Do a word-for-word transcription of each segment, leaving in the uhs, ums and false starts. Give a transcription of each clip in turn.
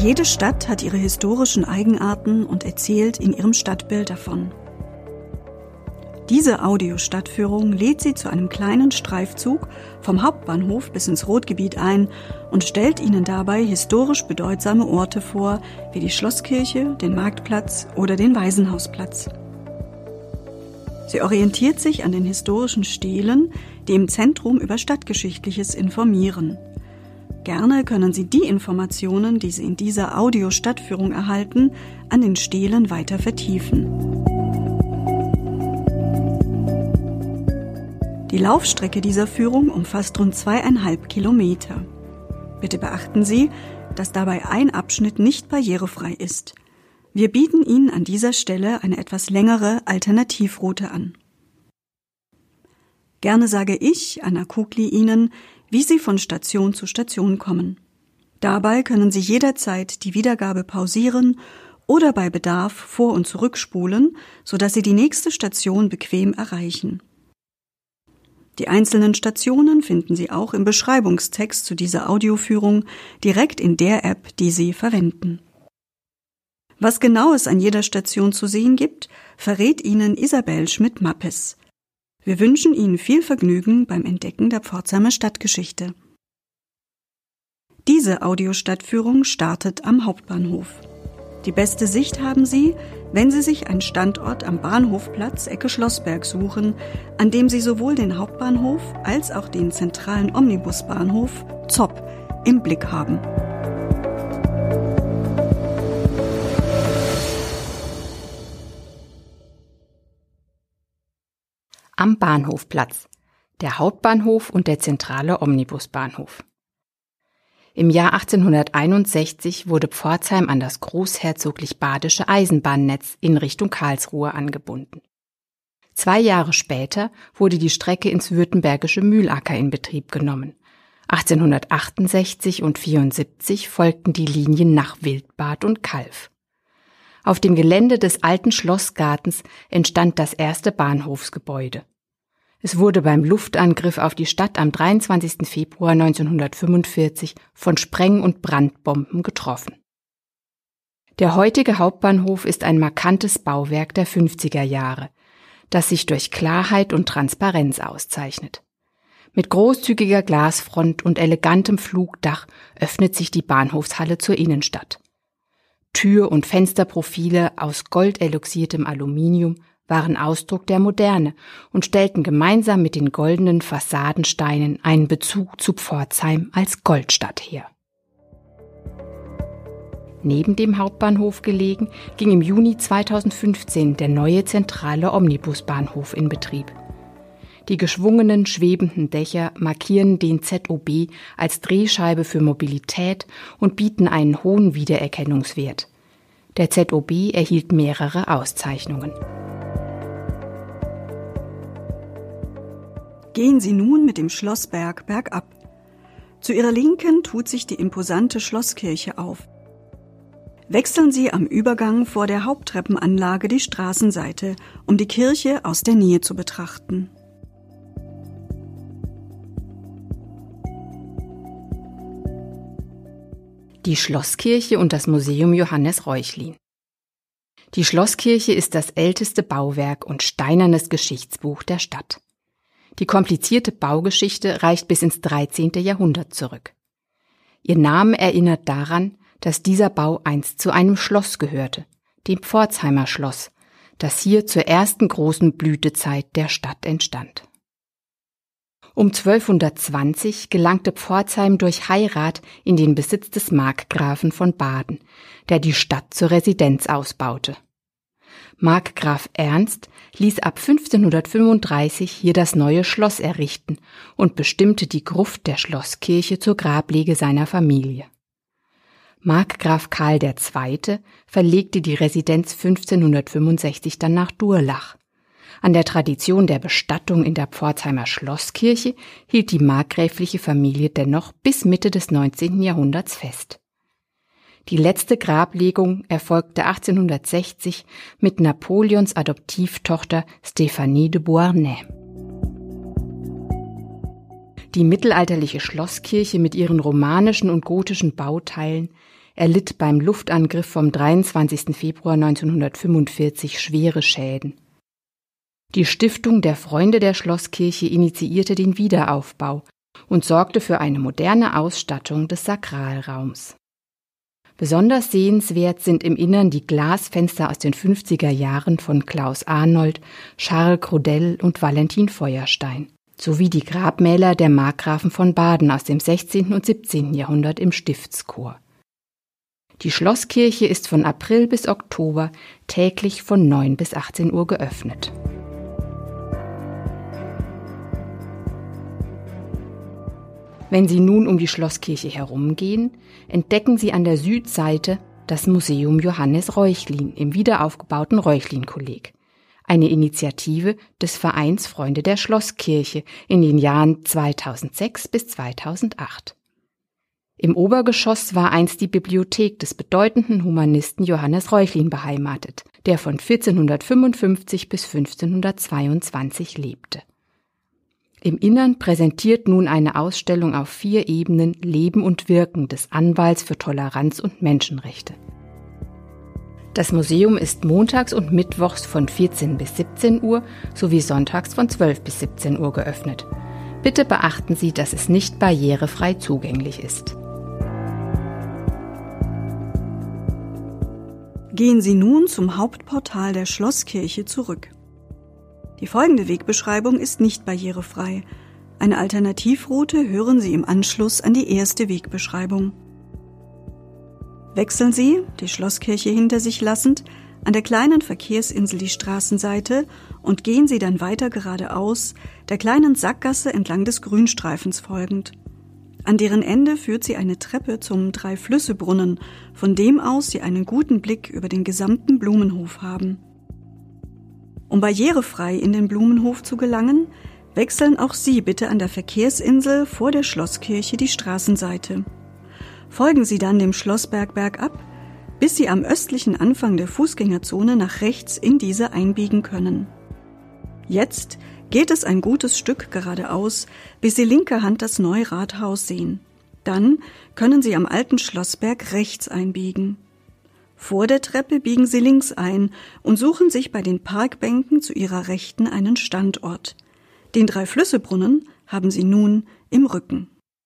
Jede Stadt hat ihre historischen Eigenarten und erzählt in ihrem Stadtbild davon. Diese Audiostadtführung lädt Sie zu einem kleinen Streifzug vom Hauptbahnhof bis ins Rotgebiet ein und stellt Ihnen dabei historisch bedeutsame Orte vor, wie die Schlosskirche, den Marktplatz oder den Waisenhausplatz. Sie orientiert sich an den historischen Stelen, die im Zentrum über Stadtgeschichtliches informieren. Gerne können Sie die Informationen, die Sie in dieser Audiostadtführung erhalten, an den Stelen weiter vertiefen. Die Laufstrecke dieser Führung umfasst rund zweieinhalb Kilometer. Bitte beachten Sie, dass dabei ein Abschnitt nicht barrierefrei ist. Wir bieten Ihnen an dieser Stelle eine etwas längere Alternativroute an. Gerne sage ich, Anna Kugli, Ihnen, wie Sie von Station zu Station kommen. Dabei können Sie jederzeit die Wiedergabe pausieren oder bei Bedarf vor- und zurückspulen, sodass Sie die nächste Station bequem erreichen. Die einzelnen Stationen finden Sie auch im Beschreibungstext zu dieser Audioführung direkt in der App, die Sie verwenden. Was genau es an jeder Station zu sehen gibt, verrät Ihnen Isabel Schmidt-Mappes. Wir wünschen Ihnen viel Vergnügen beim Entdecken der Pforzheimer Stadtgeschichte. Diese Audiostadtführung startet am Hauptbahnhof. Die beste Sicht haben Sie, wenn Sie sich einen Standort am Bahnhofplatz Ecke Schlossberg suchen, an dem Sie sowohl den Hauptbahnhof als auch den zentralen Omnibusbahnhof Zopp im Blick haben. Am Bahnhofplatz, der Hauptbahnhof und der zentrale Omnibusbahnhof. Im Jahr achtzehnhunderteinundsechzig wurde Pforzheim an das großherzoglich-badische Eisenbahnnetz in Richtung Karlsruhe angebunden. Zwei Jahre später wurde die Strecke ins württembergische Mühlacker in Betrieb genommen. achtzehnhundertachtundsechzig und vierundsiebzig folgten die Linien nach Wildbad und Calw. Auf dem Gelände des alten Schlossgartens entstand das erste Bahnhofsgebäude. Es wurde beim Luftangriff auf die Stadt am dreiundzwanzigsten Februar neunzehnhundertfünfundvierzig von Spreng- und Brandbomben getroffen. Der heutige Hauptbahnhof ist ein markantes Bauwerk der fünfziger Jahre, das sich durch Klarheit und Transparenz auszeichnet. Mit großzügiger Glasfront und elegantem Flugdach öffnet sich die Bahnhofshalle zur Innenstadt. Tür- und Fensterprofile aus goldeloxiertem Aluminium waren Ausdruck der Moderne und stellten gemeinsam mit den goldenen Fassadensteinen einen Bezug zu Pforzheim als Goldstadt her. Neben dem Hauptbahnhof gelegen, ging im Juni zweitausendfünfzehn der neue zentrale Omnibusbahnhof in Betrieb. Die geschwungenen, schwebenden Dächer markieren den Z O B als Drehscheibe für Mobilität und bieten einen hohen Wiedererkennungswert. Der Z O B erhielt mehrere Auszeichnungen. Gehen Sie nun mit dem Schlossberg bergab. Zu Ihrer Linken tut sich die imposante Schlosskirche auf. Wechseln Sie am Übergang vor der Haupttreppenanlage die Straßenseite, um die Kirche aus der Nähe zu betrachten. Die Schlosskirche und das Museum Johannes Reuchlin. Die Schlosskirche ist das älteste Bauwerk und steinernes Geschichtsbuch der Stadt. Die komplizierte Baugeschichte reicht bis ins dreizehnte Jahrhundert zurück. Ihr Name erinnert daran, dass dieser Bau einst zu einem Schloss gehörte, dem Pforzheimer Schloss, das hier zur ersten großen Blütezeit der Stadt entstand. Um zwölfhundertzwanzig gelangte Pforzheim durch Heirat in den Besitz des Markgrafen von Baden, der die Stadt zur Residenz ausbaute. Markgraf Ernst ließ ab fünfzehnhundertfünfunddreißig hier das neue Schloss errichten und bestimmte die Gruft der Schlosskirche zur Grablege seiner Familie. Markgraf Karl der Zweite verlegte die Residenz fünfzehnhundertfünfundsechzig dann nach Durlach. An der Tradition der Bestattung in der Pforzheimer Schlosskirche hielt die markgräfliche Familie dennoch bis Mitte des neunzehnten Jahrhunderts fest. Die letzte Grablegung erfolgte achtzehnhundertsechzig mit Napoleons Adoptivtochter Stéphanie de Beauharnais. Die mittelalterliche Schlosskirche mit ihren romanischen und gotischen Bauteilen erlitt beim Luftangriff vom dreiundzwanzigsten Februar neunzehnhundertfünfundvierzig schwere Schäden. Die Stiftung der Freunde der Schlosskirche initiierte den Wiederaufbau und sorgte für eine moderne Ausstattung des Sakralraums. Besonders sehenswert sind im Innern die Glasfenster aus den fünfziger Jahren von Klaus Arnold, Charles Crodel und Valentin Feuerstein, sowie die Grabmäler der Markgrafen von Baden aus dem sechzehnten und siebzehnten Jahrhundert im Stiftschor. Die Schlosskirche ist von April bis Oktober täglich von neun bis achtzehn Uhr geöffnet. Wenn Sie nun um die Schlosskirche herumgehen, entdecken Sie an der Südseite das Museum Johannes Reuchlin im wiederaufgebauten Reuchlin-Kolleg, eine Initiative des Vereins Freunde der Schlosskirche in den Jahren zweitausendsechs bis zweitausendacht. Im Obergeschoss war einst die Bibliothek des bedeutenden Humanisten Johannes Reuchlin beheimatet, der von vierzehnhundertfünfundfünfzig bis fünfzehnhundertzweiundzwanzig lebte. Im Innern präsentiert nun eine Ausstellung auf vier Ebenen Leben und Wirken des Anwalts für Toleranz und Menschenrechte. Das Museum ist montags und mittwochs von vierzehn bis siebzehn Uhr sowie sonntags von zwölf bis siebzehn Uhr geöffnet. Bitte beachten Sie, dass es nicht barrierefrei zugänglich ist. Gehen Sie nun zum Hauptportal der Schlosskirche zurück. Die folgende Wegbeschreibung ist nicht barrierefrei. Eine Alternativroute hören Sie im Anschluss an die erste Wegbeschreibung. Wechseln Sie, die Schlosskirche hinter sich lassend, an der kleinen Verkehrsinsel die Straßenseite und gehen Sie dann weiter geradeaus, der kleinen Sackgasse entlang des Grünstreifens folgend. An deren Ende führt Sie eine Treppe zum Drei-Flüsse-Brunnen, von dem aus Sie einen guten Blick über den gesamten Blumenhof haben. Um barrierefrei in den Blumenhof zu gelangen, wechseln auch Sie bitte an der Verkehrsinsel vor der Schlosskirche die Straßenseite. Folgen Sie dann dem Schlossberg bergab, bis Sie am östlichen Anfang der Fußgängerzone nach rechts in diese einbiegen können. Jetzt geht es ein gutes Stück geradeaus, bis Sie linker Hand das Neurathaus sehen. Dann können Sie am alten Schlossberg rechts einbiegen. Vor der Treppe biegen Sie links ein und suchen sich bei den Parkbänken zu Ihrer Rechten einen Standort. Den Drei-Flüsse-Brunnen haben Sie nun im Rücken.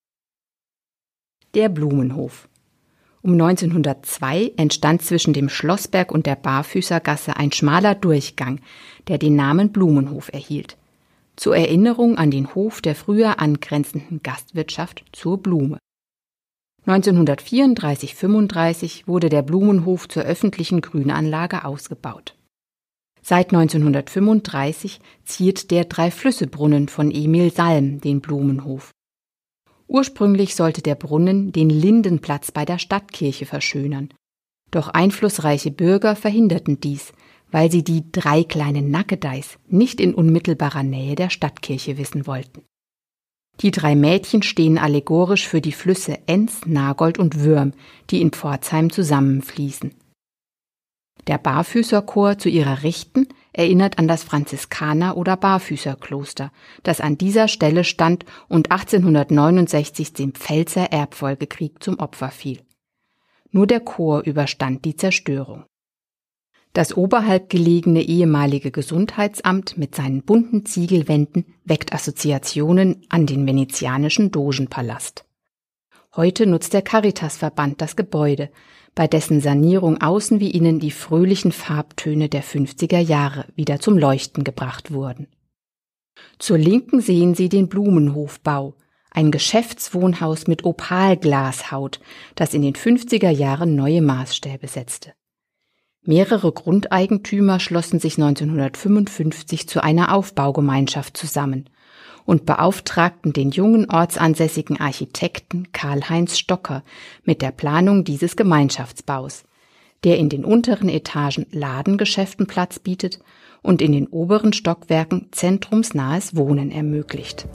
Der Blumenhof. Um neunzehnhundertzwei entstand zwischen dem Schlossberg und der Barfüßergasse ein schmaler Durchgang, der den Namen Blumenhof erhielt. Zur Erinnerung an den Hof der früher angrenzenden Gastwirtschaft zur Blume. neunzehnhundertvierunddreißig fünfunddreißig wurde der Blumenhof zur öffentlichen Grünanlage ausgebaut. Seit neunzehnhundertfünfunddreißig ziert der Drei-Flüsse-Brunnen von Emil Salm den Blumenhof. Ursprünglich sollte der Brunnen den Lindenplatz bei der Stadtkirche verschönern. Doch einflussreiche Bürger verhinderten dies, weil sie die drei kleinen Nackedeis nicht in unmittelbarer Nähe der Stadtkirche wissen wollten. Die drei Mädchen stehen allegorisch für die Flüsse Enz, Nagold und Würm, die in Pforzheim zusammenfließen. Der Barfüßerchor zu ihrer Rechten erinnert an das Franziskaner- oder Barfüßerkloster, das an dieser Stelle stand und achtzehnhundertneunundsechzig dem Pfälzer Erbfolgekrieg zum Opfer fiel. Nur der Chor überstand die Zerstörung. Das oberhalb gelegene ehemalige Gesundheitsamt mit seinen bunten Ziegelwänden weckt Assoziationen an den venezianischen Dogenpalast. Heute nutzt der Caritasverband das Gebäude, bei dessen Sanierung außen wie innen die fröhlichen Farbtöne der fünfziger Jahre wieder zum Leuchten gebracht wurden. Zur Linken sehen Sie den Blumenhofbau, ein Geschäftswohnhaus mit Opalglashaut, das in den fünfziger Jahren neue Maßstäbe setzte. Mehrere Grundeigentümer schlossen sich neunzehnhundertfünfundfünfzig zu einer Aufbaugemeinschaft zusammen und beauftragten den jungen ortsansässigen Architekten Karl-Heinz Stocker mit der Planung dieses Gemeinschaftsbaus, der in den unteren Etagen Ladengeschäften Platz bietet und in den oberen Stockwerken zentrumsnahes Wohnen ermöglicht.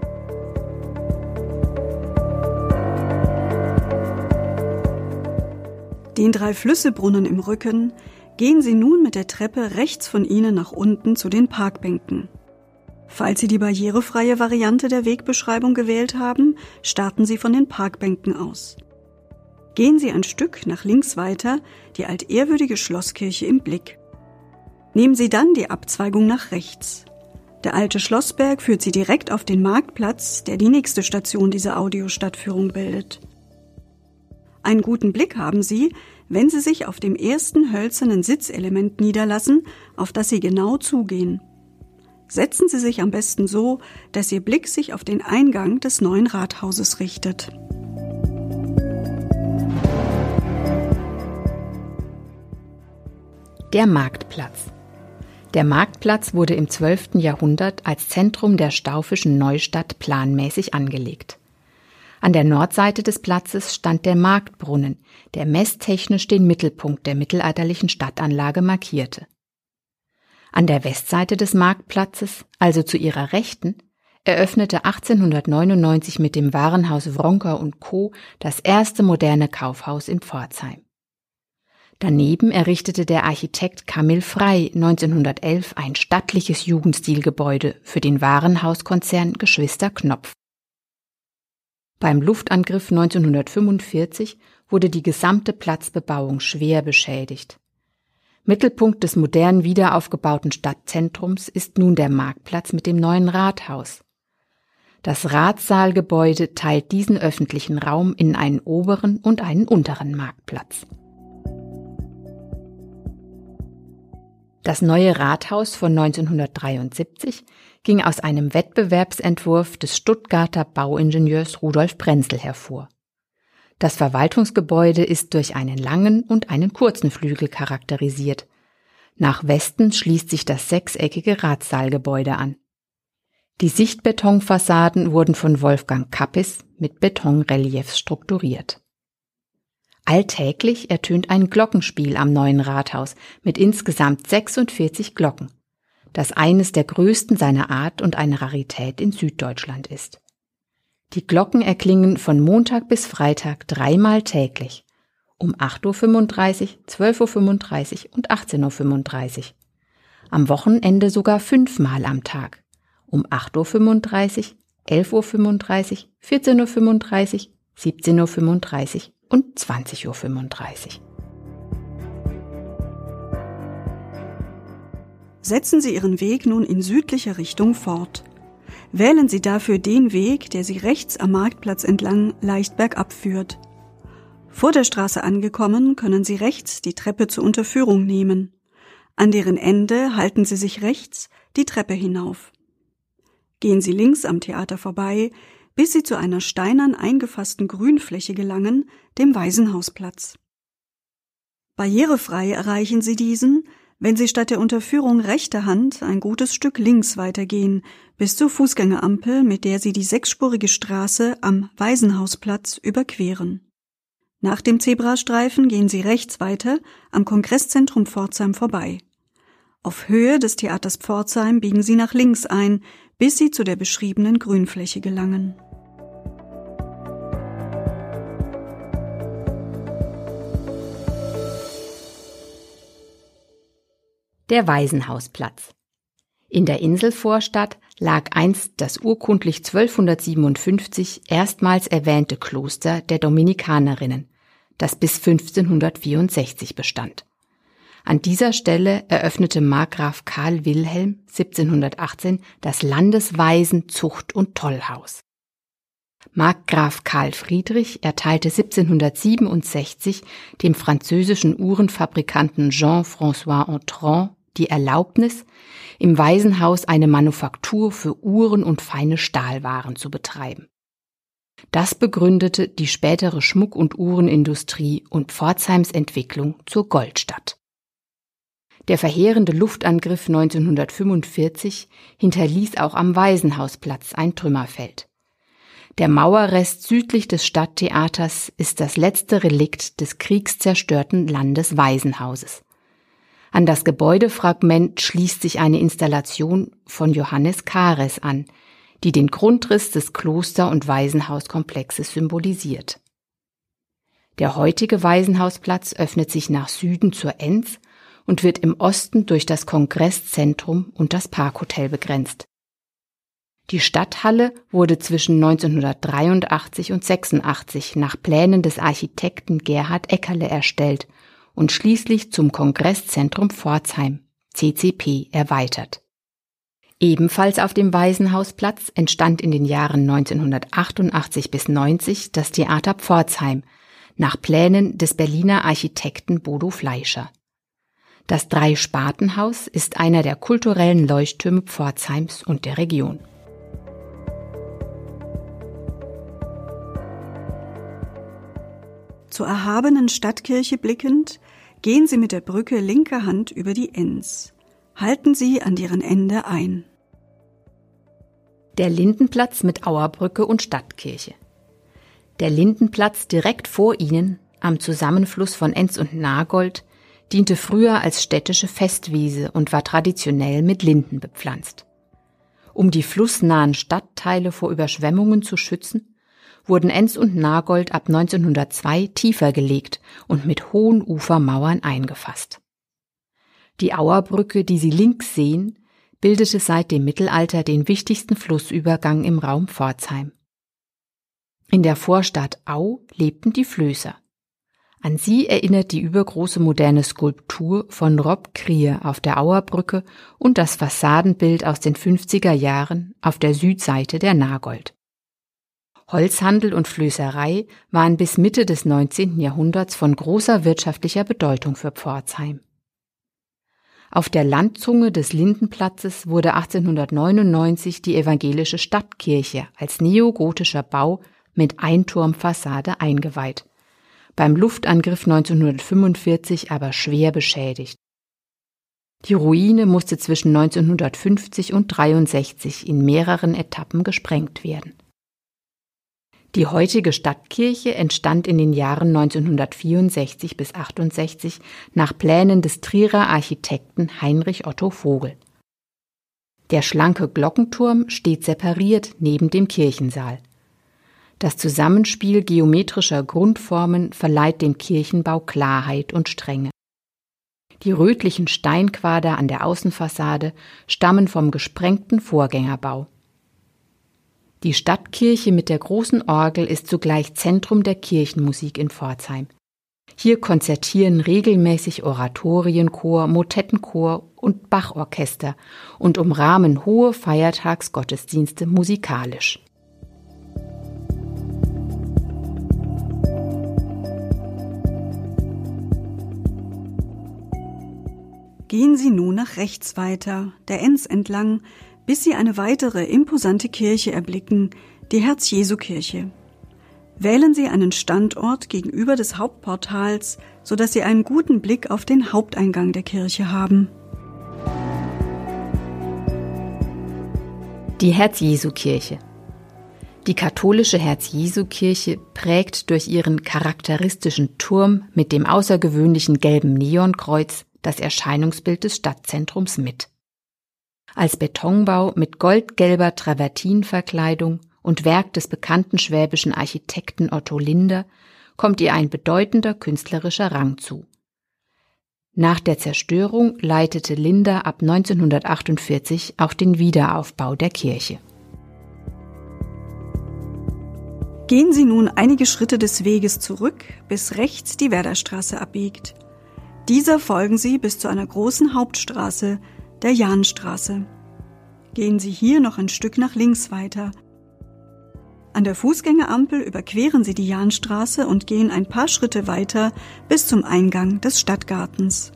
Den Drei-Flüsse-Brunnen im Rücken gehen Sie nun mit der Treppe rechts von Ihnen nach unten zu den Parkbänken. Falls Sie die barrierefreie Variante der Wegbeschreibung gewählt haben, starten Sie von den Parkbänken aus. Gehen Sie ein Stück nach links weiter, die altehrwürdige Schlosskirche im Blick. Nehmen Sie dann die Abzweigung nach rechts. Der alte Schlossberg führt Sie direkt auf den Marktplatz, der die nächste Station dieser Audiostadtführung bildet. Einen guten Blick haben Sie, wenn Sie sich auf dem ersten hölzernen Sitzelement niederlassen, auf das Sie genau zugehen. Setzen Sie sich am besten so, dass Ihr Blick sich auf den Eingang des neuen Rathauses richtet. Der Marktplatz. Der Marktplatz wurde im zwölften Jahrhundert als Zentrum der staufischen Neustadt planmäßig angelegt. An der Nordseite des Platzes stand der Marktbrunnen, der messtechnisch den Mittelpunkt der mittelalterlichen Stadtanlage markierte. An der Westseite des Marktplatzes, also zu ihrer Rechten, eröffnete achtzehnhundertneunundneunzig mit dem Warenhaus Wronker und Co. das erste moderne Kaufhaus in Pforzheim. Daneben errichtete der Architekt Camille Frey neunzehnhundertelf ein stattliches Jugendstilgebäude für den Warenhauskonzern Geschwister Knopf. Beim Luftangriff neunzehnhundertfünfundvierzig wurde die gesamte Platzbebauung schwer beschädigt. Mittelpunkt des modern wiederaufgebauten Stadtzentrums ist nun der Marktplatz mit dem neuen Rathaus. Das Ratssaalgebäude teilt diesen öffentlichen Raum in einen oberen und einen unteren Marktplatz. Das neue Rathaus von neunzehnhundertdreiundsiebzig ging aus einem Wettbewerbsentwurf des Stuttgarter Bauingenieurs Rudolf Brenzel hervor. Das Verwaltungsgebäude ist durch einen langen und einen kurzen Flügel charakterisiert. Nach Westen schließt sich das sechseckige Ratssaalgebäude an. Die Sichtbetonfassaden wurden von Wolfgang Kappis mit Betonreliefs strukturiert. Alltäglich ertönt ein Glockenspiel am neuen Rathaus mit insgesamt sechsundvierzig Glocken, das eines der größten seiner Art und eine Rarität in Süddeutschland ist. Die Glocken erklingen von Montag bis Freitag dreimal täglich, um acht Uhr fünfunddreißig, zwölf Uhr fünfunddreißig und achtzehn Uhr fünfunddreißig. Am Wochenende sogar fünfmal am Tag, um acht Uhr fünfunddreißig, elf Uhr fünfunddreißig, vierzehn Uhr fünfunddreißig, siebzehn Uhr fünfunddreißig und zwanzig Uhr fünfunddreißig. Setzen Sie Ihren Weg nun in südlicher Richtung fort. Wählen Sie dafür den Weg, der Sie rechts am Marktplatz entlang leicht bergab führt. Vor der Straße angekommen, können Sie rechts die Treppe zur Unterführung nehmen. An deren Ende halten Sie sich rechts die Treppe hinauf. Gehen Sie links am Theater vorbei, bis Sie zu einer steinern eingefassten Grünfläche gelangen, dem Waisenhausplatz. Barrierefrei erreichen Sie diesen, wenn Sie statt der Unterführung rechter Hand ein gutes Stück links weitergehen, bis zur Fußgängerampel, mit der Sie die sechsspurige Straße am Waisenhausplatz überqueren. Nach dem Zebrastreifen gehen Sie rechts weiter am Kongresszentrum Pforzheim vorbei. Auf Höhe des Theaters Pforzheim biegen Sie nach links ein, bis Sie zu der beschriebenen Grünfläche gelangen. Der Waisenhausplatz. In der Inselvorstadt lag einst das urkundlich zwölfhundertsiebenundfünfzig erstmals erwähnte Kloster der Dominikanerinnen, das bis fünfzehnhundertvierundsechzig bestand. An dieser Stelle eröffnete Markgraf Karl Wilhelm siebzehnhundertachtzehn das Landeswaisen-, Zucht- und Tollhaus. Markgraf Karl Friedrich erteilte siebzehnhundertsiebenundsechzig dem französischen Uhrenfabrikanten Jean-François Autran die Erlaubnis, im Waisenhaus eine Manufaktur für Uhren und feine Stahlwaren zu betreiben. Das begründete die spätere Schmuck- und Uhrenindustrie und Pforzheims Entwicklung zur Goldstadt. Der verheerende Luftangriff neunzehnhundertfünfundvierzig hinterließ auch am Waisenhausplatz ein Trümmerfeld. Der Mauerrest südlich des Stadttheaters ist das letzte Relikt des kriegszerstörten Landeswaisenhauses. An das Gebäudefragment schließt sich eine Installation von Johannes Kares an, die den Grundriss des Kloster- und Waisenhauskomplexes symbolisiert. Der heutige Waisenhausplatz öffnet sich nach Süden zur Enz und wird im Osten durch das Kongresszentrum und das Parkhotel begrenzt. Die Stadthalle wurde zwischen neunzehnhundertdreiundachtzig und sechsundachtzig nach Plänen des Architekten Gerhard Eckerle erstellt und schließlich zum Kongresszentrum Pforzheim, C C P, erweitert. Ebenfalls auf dem Waisenhausplatz entstand in den Jahren neunzehnhundertachtundachtzig bis neunzig das Theater Pforzheim nach Plänen des Berliner Architekten Bodo Fleischer. Das Drei-Sparten-Haus ist einer der kulturellen Leuchttürme Pforzheims und der Region. Zur erhabenen Stadtkirche blickend, gehen Sie mit der Brücke linker Hand über die Enns. Halten Sie an deren Ende ein. Der Lindenplatz mit Auerbrücke und Stadtkirche. Der Lindenplatz direkt vor Ihnen, am Zusammenfluss von Enns und Nagold, diente früher als städtische Festwiese und war traditionell mit Linden bepflanzt. Um die flussnahen Stadtteile vor Überschwemmungen zu schützen, wurden Enns und Nagold ab neunzehnhundertzwei tiefer gelegt und mit hohen Ufermauern eingefasst. Die Auerbrücke, die Sie links sehen, bildete seit dem Mittelalter den wichtigsten Flussübergang im Raum Pforzheim. In der Vorstadt Au lebten die Flößer. An sie erinnert die übergroße moderne Skulptur von Rob Krier auf der Auerbrücke und das Fassadenbild aus den fünfziger Jahren auf der Südseite der Nagold. Holzhandel und Flößerei waren bis Mitte des neunzehnten Jahrhunderts von großer wirtschaftlicher Bedeutung für Pforzheim. Auf der Landzunge des Lindenplatzes wurde achtzehnhundertneunundneunzig die evangelische Stadtkirche als neogotischer Bau mit Einturmfassade eingeweiht, beim Luftangriff neunzehnhundertfünfundvierzig aber schwer beschädigt. Die Ruine musste zwischen neunzehnhundertfünfzig und dreiundsechzig in mehreren Etappen gesprengt werden. Die heutige Stadtkirche entstand in den Jahren neunzehnhundertvierundsechzig bis achtundsechzig nach Plänen des Trierer Architekten Heinrich Otto Vogel. Der schlanke Glockenturm steht separiert neben dem Kirchensaal. Das Zusammenspiel geometrischer Grundformen verleiht dem Kirchenbau Klarheit und Strenge. Die rötlichen Steinquader an der Außenfassade stammen vom gesprengten Vorgängerbau. Die Stadtkirche mit der großen Orgel ist zugleich Zentrum der Kirchenmusik in Pforzheim. Hier konzertieren regelmäßig Oratorienchor, Motettenchor und Bachorchester und umrahmen hohe Feiertagsgottesdienste musikalisch. Gehen Sie nun nach rechts weiter, der Enns entlang, bis Sie eine weitere imposante Kirche erblicken, die Herz-Jesu-Kirche. Wählen Sie einen Standort gegenüber des Hauptportals, sodass Sie einen guten Blick auf den Haupteingang der Kirche haben. Die Herz-Jesu-Kirche. Die katholische Herz-Jesu-Kirche prägt durch ihren charakteristischen Turm mit dem außergewöhnlichen gelben Neonkreuz das Erscheinungsbild des Stadtzentrums mit. Als Betonbau mit goldgelber Travertinverkleidung und Werk des bekannten schwäbischen Architekten Otto Linder kommt ihr ein bedeutender künstlerischer Rang zu. Nach der Zerstörung leitete Linder ab neunzehnhundertachtundvierzig auch den Wiederaufbau der Kirche. Gehen Sie nun einige Schritte des Weges zurück, bis rechts die Werderstraße abbiegt. Dieser folgen Sie bis zu einer großen Hauptstraße, der Jahnstraße. Gehen Sie hier noch ein Stück nach links weiter. An der Fußgängerampel überqueren Sie die Jahnstraße und gehen ein paar Schritte weiter bis zum Eingang des Stadtgartens.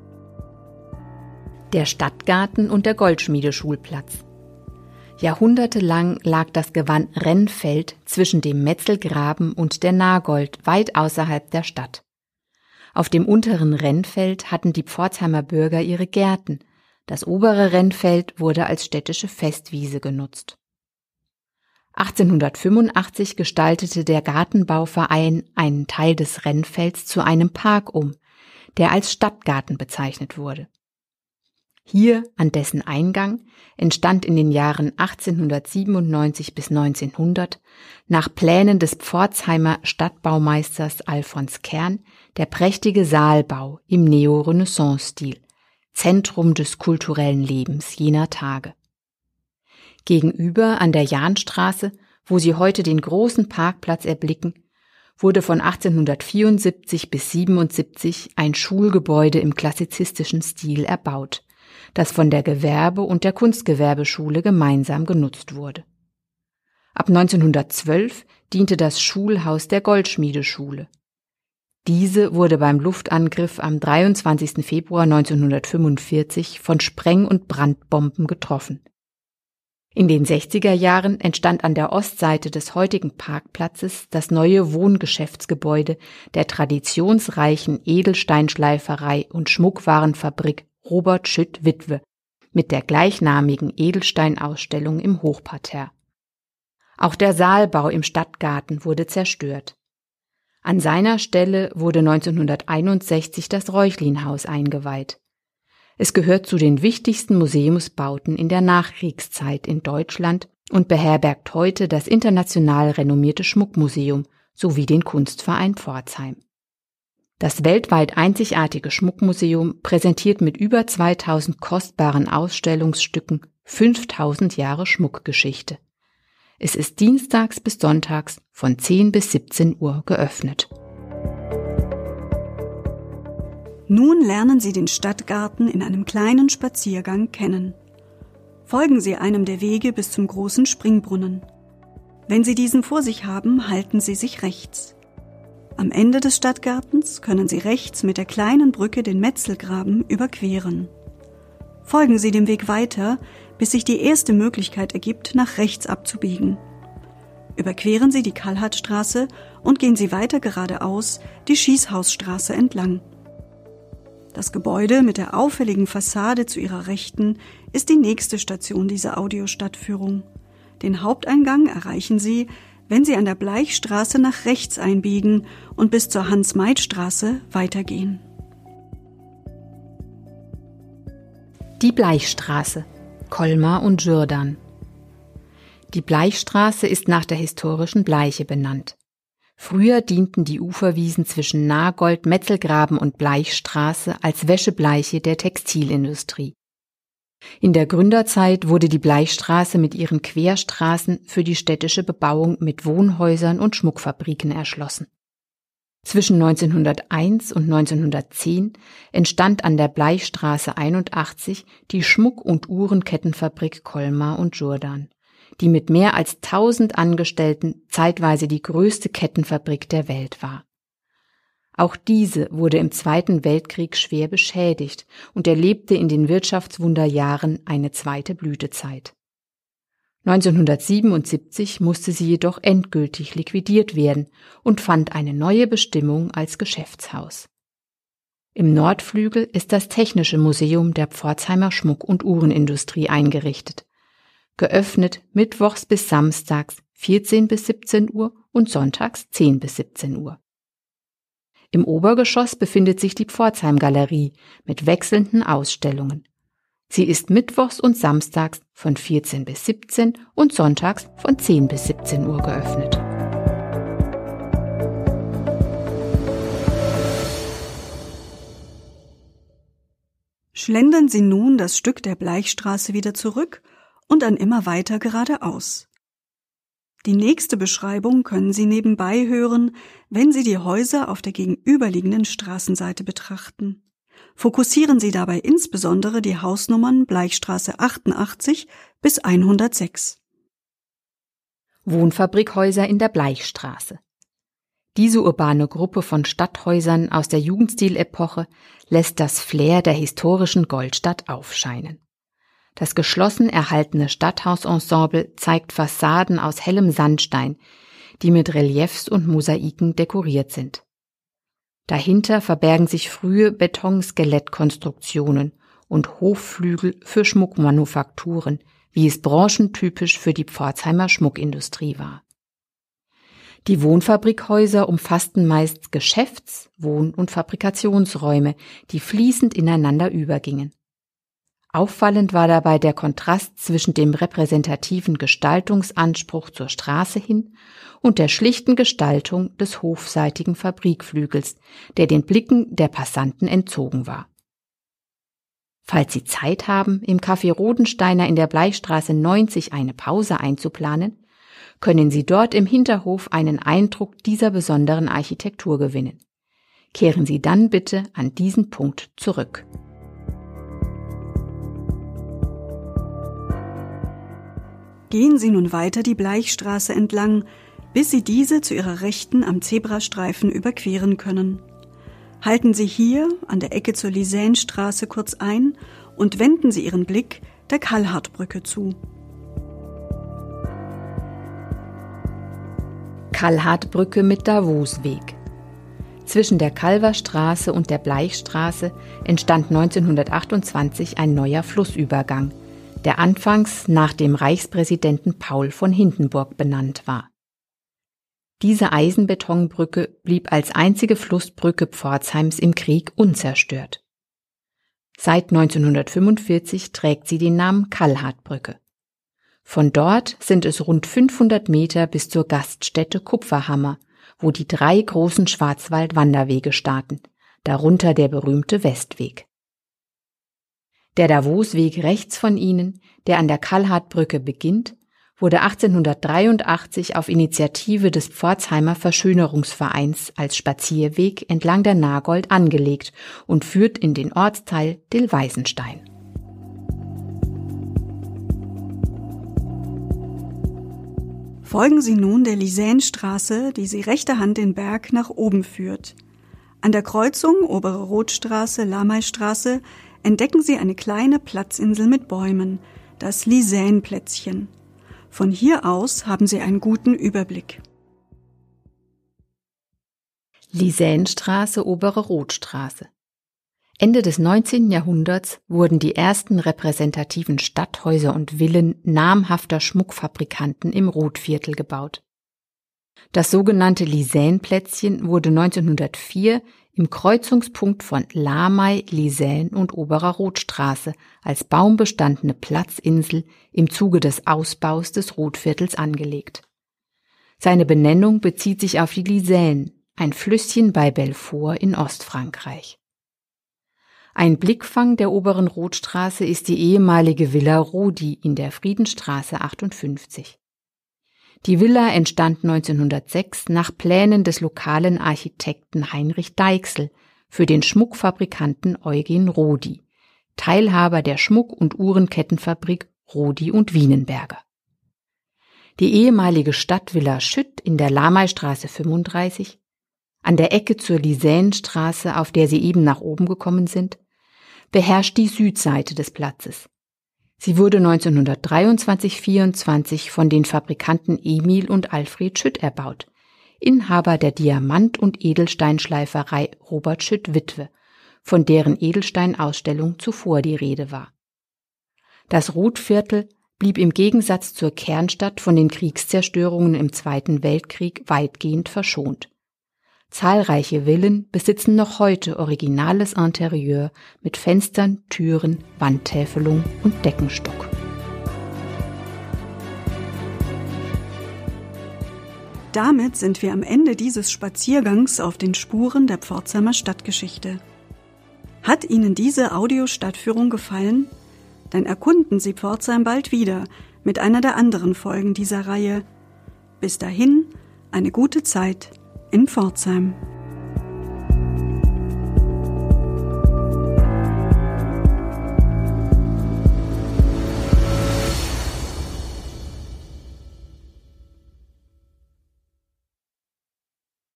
Der Stadtgarten und der Goldschmiedeschulplatz. Jahrhundertelang lag das Gewand Rennfeld zwischen dem Metzelgraben und der Nagold weit außerhalb der Stadt. Auf dem unteren Rennfeld hatten die Pforzheimer Bürger ihre Gärten. Das obere Rennfeld wurde als städtische Festwiese genutzt. achtzehnhundertfünfundachtzig gestaltete der Gartenbauverein einen Teil des Rennfelds zu einem Park um, der als Stadtgarten bezeichnet wurde. Hier, an dessen Eingang, entstand in den Jahren achtzehnhundertsiebenundneunzig bis neunzehnhundert nach Plänen des Pforzheimer Stadtbaumeisters Alfons Kern der prächtige Saalbau im Neo-Renaissance-Stil, Zentrum des kulturellen Lebens jener Tage. Gegenüber an der Jahnstraße, wo Sie heute den großen Parkplatz erblicken, wurde von achtzehnhundertvierundsiebzig bis siebenundsiebzig ein Schulgebäude im klassizistischen Stil erbaut, das von der Gewerbe- und der Kunstgewerbeschule gemeinsam genutzt wurde. Ab neunzehnhundertzwölf diente das Schulhaus der Goldschmiedeschule. Diese wurde beim Luftangriff am dreiundzwanzigsten Februar neunzehnhundertfünfundvierzig von Spreng- und Brandbomben getroffen. In den sechziger Jahren entstand an der Ostseite des heutigen Parkplatzes das neue Wohngeschäftsgebäude der traditionsreichen Edelsteinschleiferei und Schmuckwarenfabrik Robert Schütt Witwe mit der gleichnamigen Edelsteinausstellung im Hochparterre. Auch der Saalbau im Stadtgarten wurde zerstört. An seiner Stelle wurde neunzehnhunderteinundsechzig das Reuchlin-Haus eingeweiht. Es gehört zu den wichtigsten Museumsbauten in der Nachkriegszeit in Deutschland und beherbergt heute das international renommierte Schmuckmuseum sowie den Kunstverein Pforzheim. Das weltweit einzigartige Schmuckmuseum präsentiert mit über zweitausend kostbaren Ausstellungsstücken fünftausend Jahre Schmuckgeschichte. Es ist dienstags bis sonntags von zehn bis siebzehn Uhr geöffnet. Nun lernen Sie den Stadtgarten in einem kleinen Spaziergang kennen. Folgen Sie einem der Wege bis zum großen Springbrunnen. Wenn Sie diesen vor sich haben, halten Sie sich rechts. Am Ende des Stadtgartens können Sie rechts mit der kleinen Brücke den Metzelgraben überqueren. Folgen Sie dem Weg weiter, bis sich die erste Möglichkeit ergibt, nach rechts abzubiegen. Überqueren Sie die Kalhardtstraße und gehen Sie weiter geradeaus die Schießhausstraße entlang. Das Gebäude mit der auffälligen Fassade zu Ihrer Rechten ist die nächste Station dieser Audiostadtführung. Den Haupteingang erreichen Sie, wenn Sie an der Bleichstraße nach rechts einbiegen und bis zur Hans-Meid-Straße weitergehen. Die Bleichstraße, Colmar und Jourdan. Die Bleichstraße ist nach der historischen Bleiche benannt. Früher dienten die Uferwiesen zwischen Nagold, Metzelgraben und Bleichstraße als Wäschebleiche der Textilindustrie. In der Gründerzeit wurde die Bleichstraße mit ihren Querstraßen für die städtische Bebauung mit Wohnhäusern und Schmuckfabriken erschlossen. Zwischen neunzehnhunderteins und neunzehnhundertzehn entstand an der Bleichstraße einundachtzig die Schmuck- und Uhrenkettenfabrik Colmar und Jourdan, die mit mehr als tausend Angestellten zeitweise die größte Kettenfabrik der Welt war. Auch diese wurde im Zweiten Weltkrieg schwer beschädigt und erlebte in den Wirtschaftswunderjahren eine zweite Blütezeit. neunzehnhundertsiebenundsiebzig musste sie jedoch endgültig liquidiert werden und fand eine neue Bestimmung als Geschäftshaus. Im Nordflügel ist das Technische Museum der Pforzheimer Schmuck- und Uhrenindustrie eingerichtet. Geöffnet mittwochs bis samstags vierzehn bis siebzehn Uhr und sonntags zehn bis siebzehn Uhr. Im Obergeschoss befindet sich die Pforzheim-Galerie mit wechselnden Ausstellungen. Sie ist mittwochs und samstags von vierzehn bis siebzehn und sonntags von zehn bis siebzehn Uhr geöffnet. Schlendern Sie nun das Stück der Bleichstraße wieder zurück und dann immer weiter geradeaus. Die nächste Beschreibung können Sie nebenbei hören, wenn Sie die Häuser auf der gegenüberliegenden Straßenseite betrachten. Fokussieren Sie dabei insbesondere die Hausnummern Bleichstraße achtundachtzig bis hundertsechs. Wohnfabrikhäuser in der Bleichstraße. Diese urbane Gruppe von Stadthäusern aus der Jugendstilepoche lässt das Flair der historischen Goldstadt aufscheinen. Das geschlossen erhaltene Stadthausensemble zeigt Fassaden aus hellem Sandstein, die mit Reliefs und Mosaiken dekoriert sind. Dahinter verbergen sich frühe Betonskelettkonstruktionen und Hofflügel für Schmuckmanufakturen, wie es branchentypisch für die Pforzheimer Schmuckindustrie war. Die Wohnfabrikhäuser umfassten meist Geschäfts-, Wohn- und Fabrikationsräume, die fließend ineinander übergingen. Auffallend war dabei der Kontrast zwischen dem repräsentativen Gestaltungsanspruch zur Straße hin und der schlichten Gestaltung des hofseitigen Fabrikflügels, der den Blicken der Passanten entzogen war. Falls Sie Zeit haben, im Café Rodensteiner in der Bleichstraße neunzig eine Pause einzuplanen, können Sie dort im Hinterhof einen Eindruck dieser besonderen Architektur gewinnen. Kehren Sie dann bitte an diesen Punkt zurück. Gehen Sie nun weiter die Bleichstraße entlang, bis Sie diese zu Ihrer Rechten am Zebrastreifen überqueren können. Halten Sie hier an der Ecke zur Lisänstraße kurz ein und wenden Sie Ihren Blick der Kallhardbrücke zu. Kallhardbrücke mit Davosweg. Zwischen der Kalverstraße und der Bleichstraße entstand neunzehnhundertachtundzwanzig ein neuer Flussübergang, der anfangs nach dem Reichspräsidenten Paul von Hindenburg benannt war. Diese Eisenbetonbrücke blieb als einzige Flussbrücke Pforzheims im Krieg unzerstört. Seit neunzehnhundertfünfundvierzig trägt sie den Namen Kallhardbrücke. Von dort sind es rund fünfhundert Meter bis zur Gaststätte Kupferhammer, wo die drei großen Schwarzwald-Wanderwege starten, darunter der berühmte Westweg. Der Davosweg rechts von ihnen, der an der Kallhardbrücke beginnt, wurde achtzehnhundertdreiundachtzig auf Initiative des Pforzheimer Verschönerungsvereins als Spazierweg entlang der Nagold angelegt und führt in den Ortsteil Dillweisenstein. Folgen Sie nun der Lisänstraße, die Sie rechter Hand den Berg nach oben führt. An der Kreuzung Obere Rotstraße, Lameistraße entdecken Sie eine kleine Platzinsel mit Bäumen, das Lisänplätzchen. Von hier aus haben Sie einen guten Überblick. Lisänstraße, Obere Rotstraße. Ende des neunzehnten Jahrhunderts wurden die ersten repräsentativen Stadthäuser und Villen namhafter Schmuckfabrikanten im Rotviertel gebaut. Das sogenannte Lisänplätzchen wurde neunzehnhundertvier im Kreuzungspunkt von Lamei, Lisän und Oberer Rotstraße als baumbestandene Platzinsel im Zuge des Ausbaus des Rotviertels angelegt. Seine Benennung bezieht sich auf die Lisän, ein Flüsschen bei Belfort in Ostfrankreich. Ein Blickfang der Oberen Rotstraße ist die ehemalige Villa Rodi in der Friedenstraße achtundfünfzig. Die Villa entstand neunzehnhundertsechs nach Plänen des lokalen Architekten Heinrich Deichsel für den Schmuckfabrikanten Eugen Rodi, Teilhaber der Schmuck- und Uhrenkettenfabrik Rodi und Wienenberger. Die ehemalige Stadtvilla Schütt in der Lameistraße fünfunddreißig, an der Ecke zur Lisänstraße, auf der Sie eben nach oben gekommen sind, beherrscht die Südseite des Platzes. Sie wurde neunzehnhundertdreiundzwanzig vierundzwanzig von den Fabrikanten Emil und Alfred Schütt erbaut, Inhaber der Diamant- und Edelsteinschleiferei Robert Schütt Witwe, von deren Edelsteinausstellung zuvor die Rede war. Das Rotviertel blieb im Gegensatz zur Kernstadt von den Kriegszerstörungen im Zweiten Weltkrieg weitgehend verschont. Zahlreiche Villen besitzen noch heute originales Interieur mit Fenstern, Türen, Wandtäfelung und Deckenstuck. Damit sind wir am Ende dieses Spaziergangs auf den Spuren der Pforzheimer Stadtgeschichte. Hat Ihnen diese Audiostadtführung gefallen? Dann erkunden Sie Pforzheim bald wieder mit einer der anderen Folgen dieser Reihe. Bis dahin, eine gute Zeit in Pforzheim.